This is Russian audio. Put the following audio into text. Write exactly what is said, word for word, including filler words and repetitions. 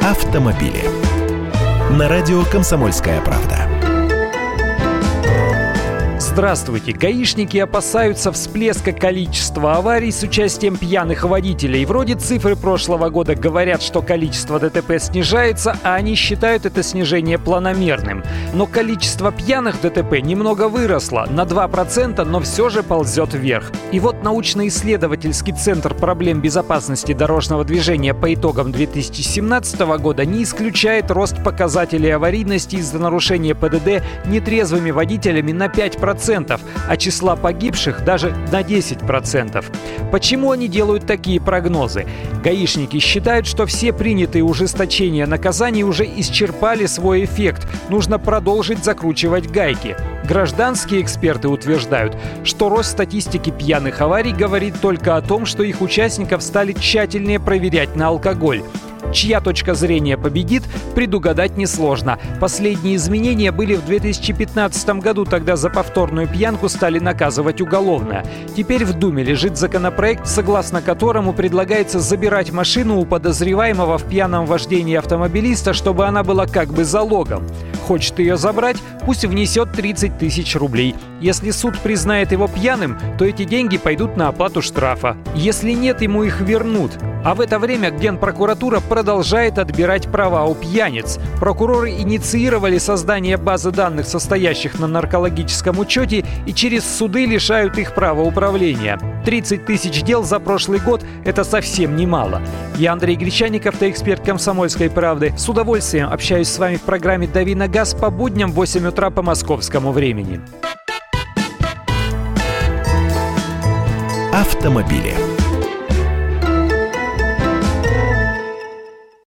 автомобили. На радио «Комсомольская правда». Здравствуйте! Гаишники опасаются всплеска количества аварий с участием пьяных водителей. Вроде цифры прошлого года говорят, что количество ДТП снижается, а они считают это снижение планомерным. Но количество пьяных ДТП немного выросло, на два процента, но все же ползет вверх. И вот научно-исследовательский центр проблем безопасности дорожного движения по итогам две тысячи семнадцатого года не исключает рост показателей аварийности из-за нарушения ПДД нетрезвыми водителями на пять процентов. А числа погибших даже на десять процентов. Почему они делают такие прогнозы? Гаишники считают, что все принятые ужесточения наказаний уже исчерпали свой эффект. Нужно продолжить закручивать гайки. Гражданские эксперты утверждают, что рост статистики пьяных аварий говорит только о том, что их участников стали тщательнее проверять на алкоголь. Чья точка зрения победит, предугадать несложно. Последние изменения были в две тысячи пятнадцатом году, тогда за повторную пьянку стали наказывать уголовно. Теперь в Думе лежит законопроект, согласно которому предлагается забирать машину у подозреваемого в пьяном вождении автомобилиста, чтобы она была как бы залогом. Хочет ее забрать, пусть внесет тридцать тысяч рублей. Если суд признает его пьяным, то эти деньги пойдут на оплату штрафа. Если нет, ему их вернут. А в это время Генпрокуратура продолжает отбирать права у пьяниц. Прокуроры инициировали создание базы данных, состоящих на наркологическом учете, и через суды лишают их права управления. тридцать тысяч дел за прошлый год – это совсем немало. Я Андрей Гречаник, автоэксперт «Комсомольской правды». С удовольствием общаюсь с вами в программе «Дави на газ» по будням в восемь утра по московскому времени. Автомобили.